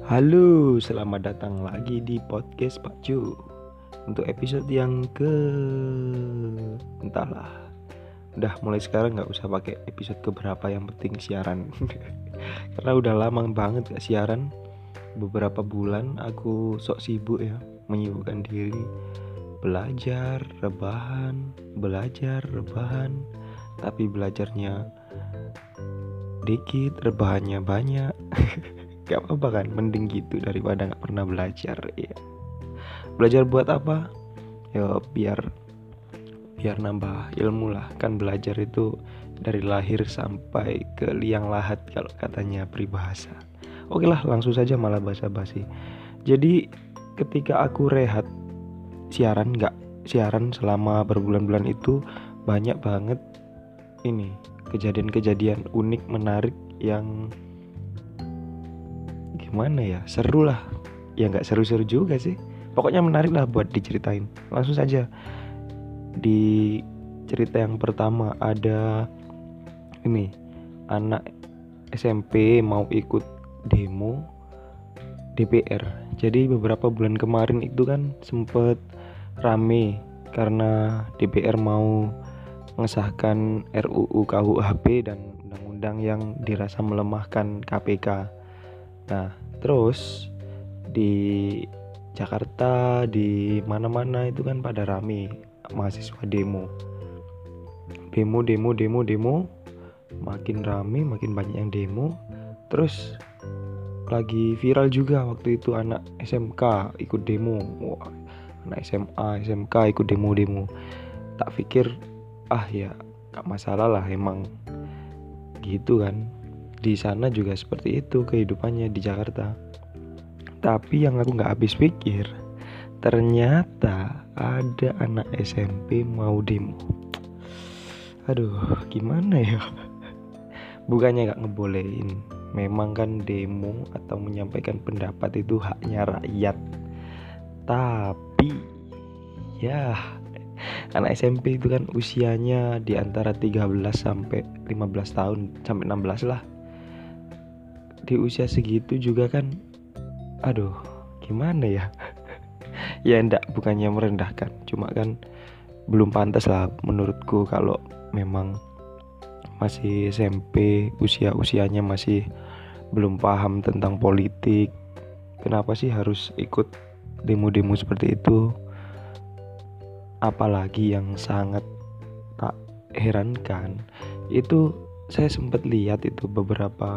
Halo, selamat datang lagi di podcast Pak Ju. Untuk episode yang entahlah. Udah mulai sekarang gak usah pakai episode keberapa, yang penting siaran. Karena udah lama banget gak siaran. Beberapa bulan aku sok sibuk ya, menyibukkan diri. Belajar, rebahan. Tapi belajarnya dikit, rebahannya banyak. Gak apa-apa kan, mending gitu daripada gak pernah belajar ya. Belajar buat apa? Ya biar nambah ilmu lah. Kan belajar itu dari lahir sampai ke liang lahat kalau katanya peribahasa. Oke lah, langsung saja malah basa-basi. Jadi ketika aku rehat gak siaran selama berbulan-bulan itu, banyak banget ini kejadian-kejadian unik, menarik, yang gimana ya, seru lah. Ya gak seru-seru juga sih, pokoknya menarik lah buat diceritain. Langsung saja. Di cerita yang pertama ada ini, anak SMP mau ikut demo DPR. Jadi beberapa bulan kemarin itu kan sempet rame karena DPR mau mengesahkan RUU KUHP dan undang-undang yang dirasa melemahkan KPK. Nah, terus di Jakarta, di mana-mana itu kan pada rame mahasiswa demo. Makin rame, makin banyak yang demo. Terus lagi viral juga waktu itu anak SMK ikut demo. Wah, anak SMA, SMK ikut demo. Tak pikir ya gak masalah lah, emang gitu kan. Di sana juga seperti itu kehidupannya di Jakarta. Tapi yang aku gak habis pikir, ternyata ada anak SMP mau demo. Aduh, gimana ya? Bukannya gak ngebolehin, memang kan demo atau menyampaikan pendapat itu haknya rakyat. Tapi ya, anak SMP itu kan usianya di antara 13 sampai 15 tahun, sampai 16 lah. Di usia segitu juga kan, aduh, gimana ya? Ya enggak, bukannya merendahkan, cuma kan belum pantas lah menurutku kalau memang masih SMP, usianya masih belum paham tentang politik. Kenapa sih harus ikut demo-demo seperti itu? Apalagi yang sangat tak herankan, itu saya sempat lihat itu beberapa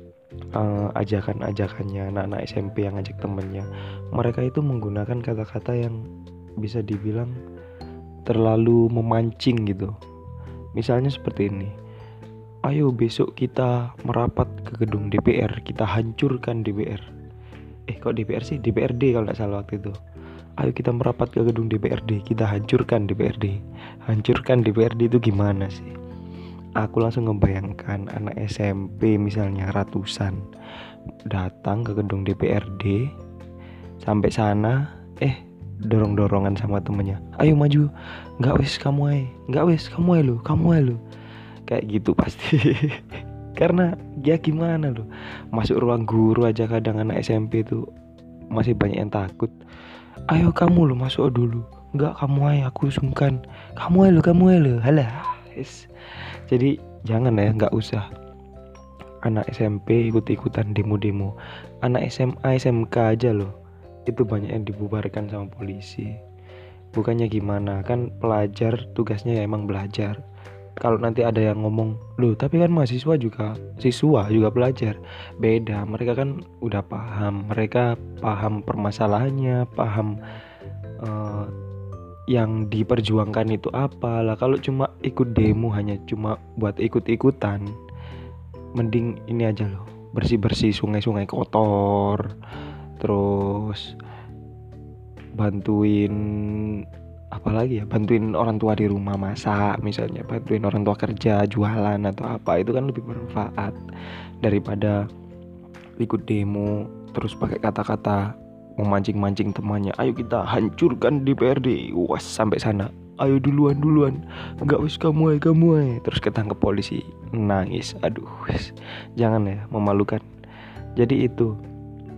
ajakannya anak-anak SMP yang ngajak temennya. Mereka itu menggunakan kata-kata yang bisa dibilang terlalu memancing gitu. Misalnya seperti ini, ayo besok kita merapat ke gedung DPR, kita hancurkan DPR. Kok DPR sih? DPRD kalau gak salah waktu itu. Ayo kita merapat ke gedung DPRD, kita hancurkan DPRD. Hancurkan DPRD itu gimana sih? Aku langsung ngebayangkan anak SMP misalnya ratusan datang ke gedung DPRD. Sampai sana dorong-dorongan sama temennya, ayo maju, nggak wes kamu ae lu, kayak gitu pasti. Karena ya gimana lo, masuk ruang guru aja kadang anak SMP tuh masih banyak yang takut. Ayo kamu lo masuk dulu, nggak kamu ae, aku sungkan, kamu ae lo, halah. Jadi jangan ya, nggak usah anak SMP ikut-ikutan demo-demo. Anak SMA, SMK aja loh, itu banyak yang dibubarkan sama polisi. Bukannya gimana, kan pelajar tugasnya ya emang belajar. Kalau nanti ada yang ngomong, loh tapi kan siswa juga belajar. Beda, mereka kan udah paham. Mereka paham permasalahannya, paham yang diperjuangkan itu apa lah. Kalau cuma ikut demo hanya cuma buat ikut-ikutan, mending ini aja loh, bersih-bersih sungai-sungai kotor. Terus bantuin bantuin orang tua di rumah masak, misalnya bantuin orang tua kerja, jualan atau apa. Itu kan lebih bermanfaat daripada ikut demo terus pakai kata-kata memancing-mancing temannya. Ayo kita hancurkan DPRD. Wah, sampai sana, ayo duluan, enggak wis kamu ae. Terus ketangkep polisi, nangis. Aduh, jangan ya, memalukan. Jadi itu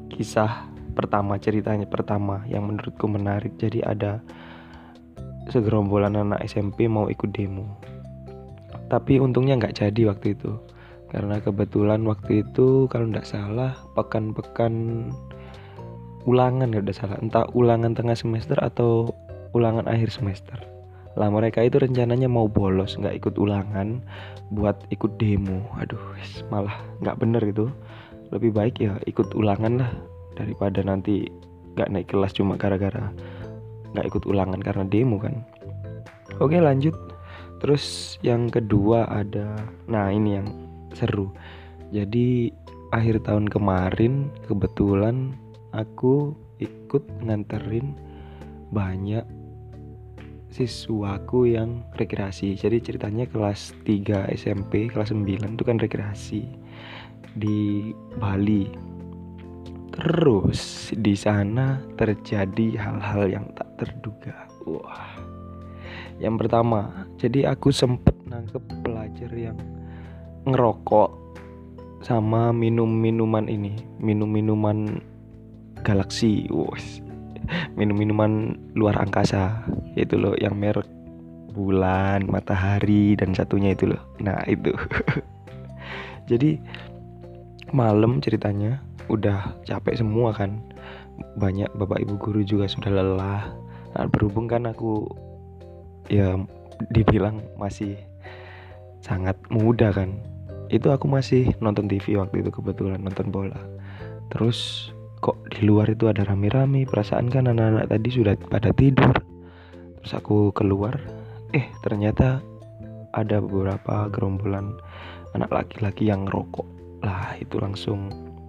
kisah pertama, ceritanya pertama yang menurutku menarik. Jadi ada segerombolan anak SMP mau ikut demo, tapi untungnya nggak jadi waktu itu, karena kebetulan waktu itu kalau nggak salah pekan-pekan ulangan, nggak udah salah, entah ulangan tengah semester atau ulangan akhir semester lah. Mereka itu rencananya mau bolos, nggak ikut ulangan, buat ikut demo. Aduh, malah nggak bener itu. Lebih baik ya ikut ulangan lah, daripada nanti nggak naik kelas cuma gara-gara nggak ikut ulangan karena demo kan. Oke, lanjut. Terus yang kedua ada, nah ini yang seru. Jadi akhir tahun kemarin kebetulan aku ikut nganterin banyak siswaku yang rekreasi. Jadi ceritanya kelas 3 SMP, kelas 9 itu kan rekreasi di Bali. Terus di sana terjadi hal-hal yang tak terduga. Wah. Yang pertama, jadi aku sempet nangkep pelajar yang ngerokok sama minum-minuman ini, minum-minuman galaksi. Minum-minuman luar angkasa, itu loh yang merek bulan, matahari, dan satunya itu loh. Nah itu. Jadi malam ceritanya udah capek semua kan, banyak bapak ibu guru juga sudah lelah. Nah, berhubung kan aku ya dibilang masih sangat muda kan, itu aku masih nonton TV waktu itu, kebetulan nonton bola. Terus kok di luar itu ada rame-rame, perasaan kan anak-anak tadi sudah pada tidur. Terus aku keluar, ternyata ada beberapa gerombolan anak laki-laki yang ngerokok. Lah itu langsung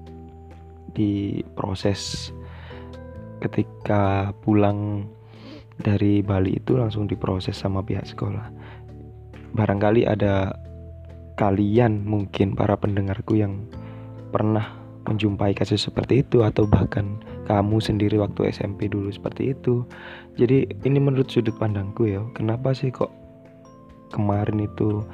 diproses. Ketika pulang dari Bali itu langsung diproses sama pihak sekolah. Barangkali ada kalian, mungkin para pendengarku, yang pernah menjumpai kasus seperti itu, atau bahkan kamu sendiri waktu SMP dulu seperti itu. Jadi ini menurut sudut pandangku ya, kenapa sih kok kemarin itu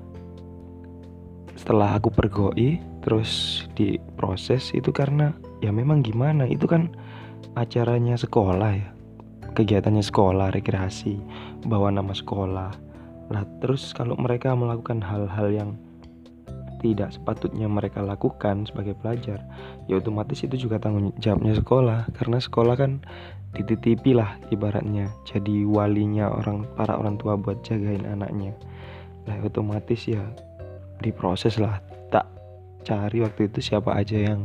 setelah aku pergoi terus diproses, itu karena ya memang gimana, itu kan acaranya sekolah ya, kegiatannya sekolah, rekreasi, bawa nama sekolah. Nah terus kalau mereka melakukan hal-hal yang tidak sepatutnya mereka lakukan sebagai pelajar, ya otomatis itu juga tanggung jawabnya sekolah, karena sekolah kan dititipi lah ibaratnya, jadi walinya para orang tua buat jagain anaknya. Lah otomatis ya diproses lah. Tak cari waktu itu siapa aja yang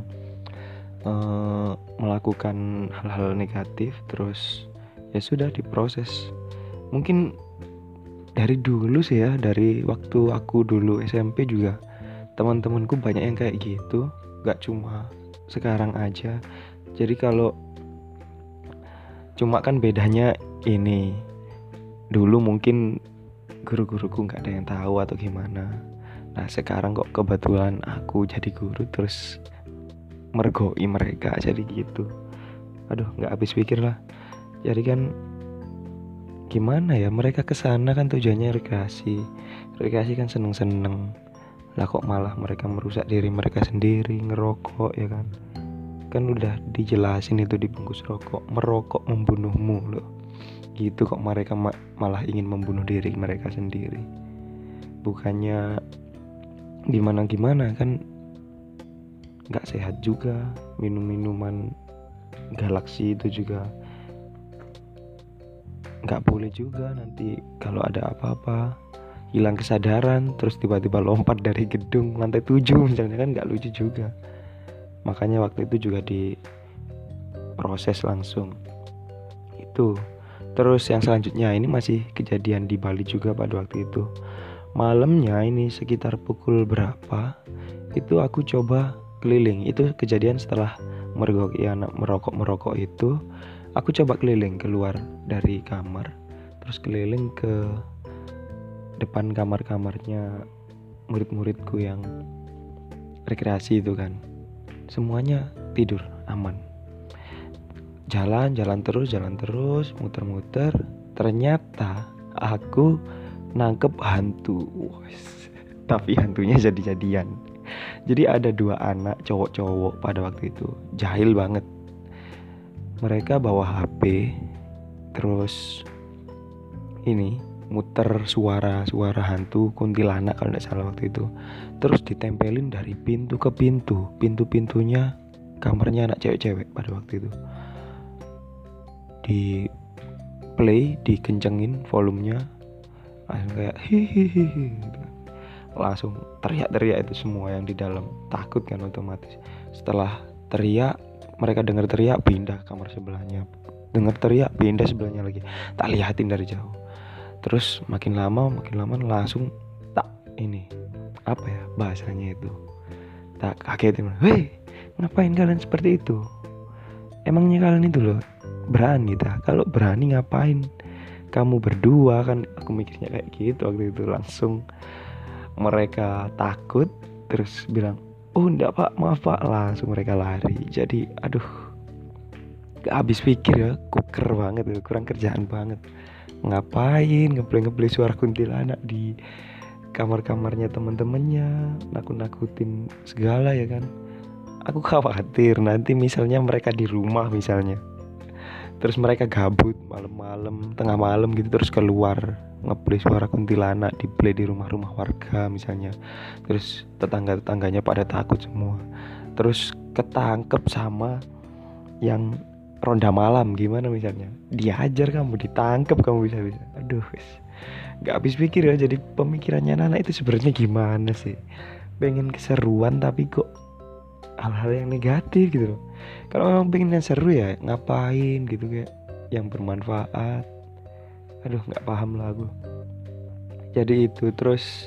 melakukan hal-hal negatif, terus ya sudah diproses. Mungkin dari dulu sih ya, dari waktu aku dulu SMP juga teman-temanku banyak yang kayak gitu, gak cuma sekarang aja. Jadi kalau cuma kan bedanya ini, dulu mungkin guru-guruku gak ada yang tahu atau gimana. Nah sekarang kok kebetulan aku jadi guru terus mergoi mereka jadi gitu. Aduh, gak habis pikir lah. Jadi kan gimana ya, mereka kesana kan tujuannya rekreasi kan seneng-seneng. Lah kok malah mereka merusak diri mereka sendiri, ngerokok ya kan. Kan udah dijelasin itu di bungkus rokok, merokok membunuhmu loh. Gitu kok mereka malah ingin membunuh diri mereka sendiri. Bukannya gimana-gimana kan, gak sehat juga. Minum-minuman galaksi itu juga gak boleh juga, nanti kalau ada apa-apa hilang kesadaran terus tiba-tiba lompat dari gedung lantai 7 misalnya, kan gak lucu juga. Makanya waktu itu juga diproses langsung itu. Terus yang selanjutnya ini masih kejadian di Bali juga pada waktu itu. Malamnya ini sekitar pukul berapa itu aku coba keliling. Itu kejadian setelah mergoki anak merokok itu. Aku coba keliling keluar dari kamar, terus keliling ke depan kamar-kamarnya murid-muridku yang rekreasi itu kan. Semuanya tidur aman. Jalan terus, muter-muter. Ternyata aku nangkep hantu. Tapi hantunya jadi-jadian. Jadi ada dua anak cowok-cowok pada waktu itu, jahil banget. Mereka bawa HP, terus ini muter suara hantu kuntilanak kalau tidak salah waktu itu. Terus ditempelin dari pintu ke pintu, pintu-pintunya kamarnya anak cewek-cewek pada waktu itu. Di play, dikencengin volumenya, langsung kayak hihihi gitu. Langsung teriak-teriak itu semua yang di dalam, takut kan otomatis. Setelah teriak, mereka dengar teriak, pindah kamar sebelahnya, dengar teriak, pindah sebelahnya lagi, tak lihatin dari jauh. Terus makin lama langsung tak ini apa ya bahasanya itu, tak kagetin, hei ngapain kalian seperti itu, emangnya kalian itu loh berani tak, kalau berani ngapain kamu berdua kan, aku mikirnya kayak gitu waktu itu. Langsung mereka takut, terus bilang oh enggak pak, maaf pak, langsung mereka lari. Jadi aduh, gak habis pikir ya, kuker banget itu, kurang kerjaan banget. Ngapain ngeplay suara kuntilanak di kamar-kamarnya teman-temannya, nakut-nakutin segala ya kan. Aku khawatir nanti misalnya mereka di rumah misalnya, terus mereka gabut malam-malam, tengah malam gitu, terus keluar ngeplay suara kuntilanak, di play di rumah-rumah warga misalnya, terus tetangga-tetangganya pada takut semua, terus ketangkep sama yang ronda malam gimana misalnya, dihajar kamu, ditangkap kamu, bisa-bisa. Aduh, gak habis pikir ya. Jadi pemikirannya anak itu sebenarnya gimana sih, pengen keseruan tapi kok hal-hal yang negatif gitu loh. Kalau memang pengen yang seru ya ngapain gitu, kayak yang bermanfaat. Aduh, gak paham lah aku. Jadi itu. Terus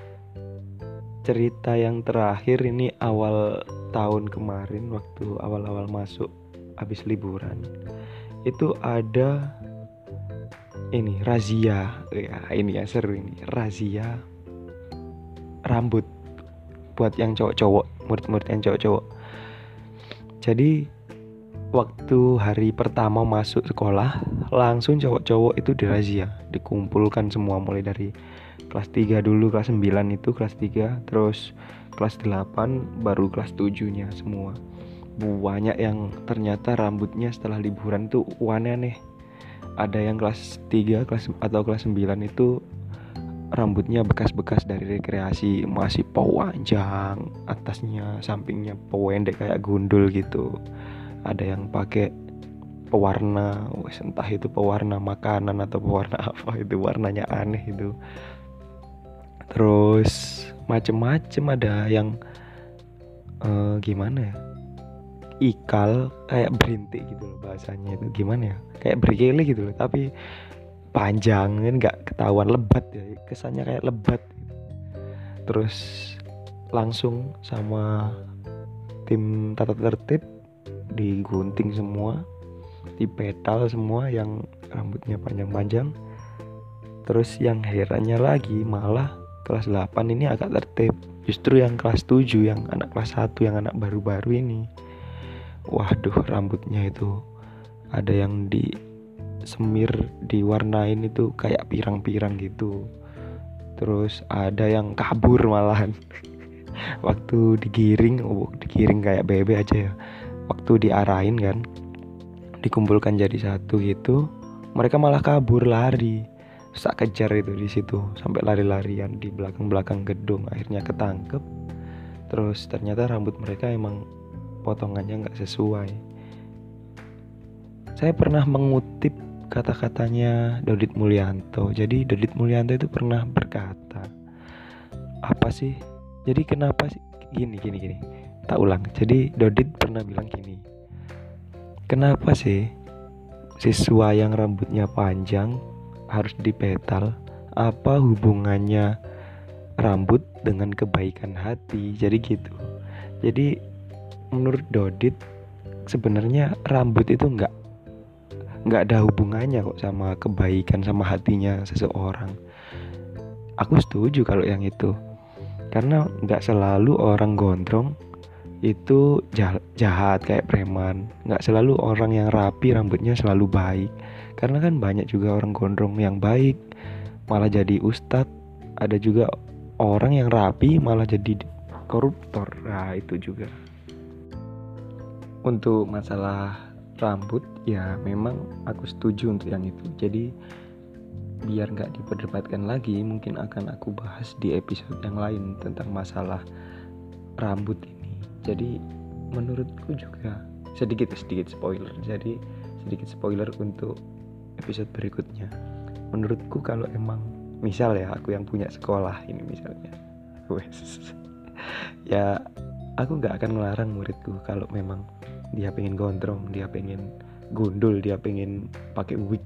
cerita yang terakhir ini awal tahun kemarin, waktu awal-awal masuk habis liburan, itu ada ini razia ya, ini yang seru ini, razia rambut buat yang cowok-cowok, murid-murid yang cowok-cowok. Jadi waktu hari pertama masuk sekolah, langsung cowok-cowok itu dirazia, dikumpulkan semua, mulai dari kelas 3 dulu, kelas 9 itu kelas 3, terus kelas 8 baru kelas 7 nya semua. Banyak yang ternyata rambutnya setelah liburan tuh aneh-aneh. Ada yang kelas 3 atau kelas 9 itu rambutnya bekas-bekas dari rekreasi, masih panjang, atasnya sampingnya pendek kayak gundul gitu. Ada yang pakai pewarna, entah itu pewarna makanan atau pewarna apa, itu warnanya aneh itu. Terus macem-macem, ada yang gimana ya, ikal kayak berintik gitu loh bahasanya, itu gimana ya, kayak berkele gitu loh tapi panjang kan, nggak ketahuan, lebat ya, kesannya kayak lebat gitu. Terus langsung sama tim tata tertib digunting semua, dipetal semua yang rambutnya panjang-panjang. Terus yang herannya lagi, malah kelas 8 ini agak tertib, justru yang kelas 7, yang anak kelas 1, yang anak baru-baru ini, waduh, rambutnya itu ada yang disemir, diwarnain itu kayak pirang-pirang gitu. Terus ada yang kabur malahan waktu digiring kayak bebek aja ya. Waktu diarahin kan, dikumpulkan jadi satu gitu, mereka malah kabur, lari. Sak kejar itu di situ, sampai lari-larian di belakang-belakang gedung, akhirnya ketangkep. Terus ternyata rambut mereka emang potongannya nggak sesuai. Saya pernah mengutip kata-katanya Dodit Mulyanto. Jadi Dodit Mulyanto itu pernah berkata, apa sih? Jadi kenapa sih gini. Tak ulang. Jadi Dodit pernah bilang gini, kenapa sih siswa yang rambutnya panjang harus dipetal? Apa hubungannya rambut dengan kebaikan hati? Jadi gitu. Jadi menurut Dodit sebenarnya rambut itu nggak ada hubungannya kok sama kebaikan, sama hatinya seseorang. Aku setuju kalau yang itu, karena nggak selalu orang gondrong itu jahat kayak preman. Nggak selalu orang yang rapi rambutnya selalu baik, karena kan banyak juga orang gondrong yang baik malah jadi ustadz. Ada juga orang yang rapi malah jadi koruptor. Nah itu juga. Untuk masalah rambut ya memang aku setuju untuk yang itu. Jadi biar gak diperdebatkan lagi, mungkin akan aku bahas di episode yang lain tentang masalah rambut ini. Jadi menurutku juga sedikit spoiler. Jadi sedikit spoiler untuk episode berikutnya. Menurutku kalau emang misal ya aku yang punya sekolah ini misalnya, ya aku nggak akan melarang muridku kalau memang dia pengen gondrong, dia pengen gundul, dia pengen pakai wig.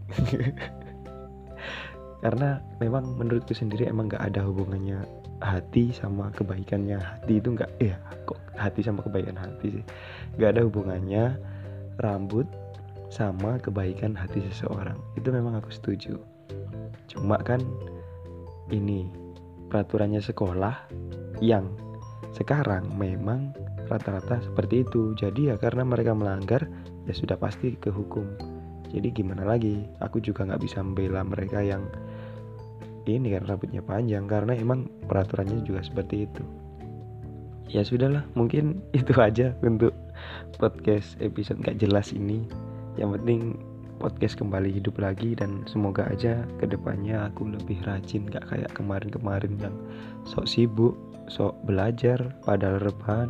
Karena memang menurutku sendiri emang nggak ada hubungannya hati sama kebaikannya hati itu nggak, kok hati sama kebaikan hati sih, nggak ada hubungannya rambut sama kebaikan hati seseorang. Itu memang aku setuju. Cuma kan ini peraturannya sekolah yang sekarang memang rata-rata seperti itu. Jadi ya karena mereka melanggar ya sudah pasti ke hukum. Jadi gimana lagi, aku juga gak bisa membela mereka yang ini kan rambutnya panjang, karena emang peraturannya juga seperti itu. Ya sudahlah, mungkin itu aja untuk podcast episode gak jelas ini. Yang penting podcast kembali hidup lagi, dan semoga aja kedepannya aku lebih rajin, gak kayak kemarin-kemarin yang sok sibuk, sok belajar padahal rebahan.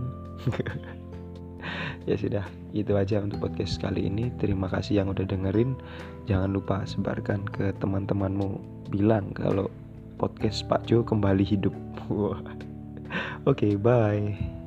Ya sudah, itu aja untuk podcast kali ini. Terima kasih yang udah dengerin. Jangan lupa sebarkan ke teman-temanmu, bilang kalau podcast Pak Jo kembali hidup. Oke, bye.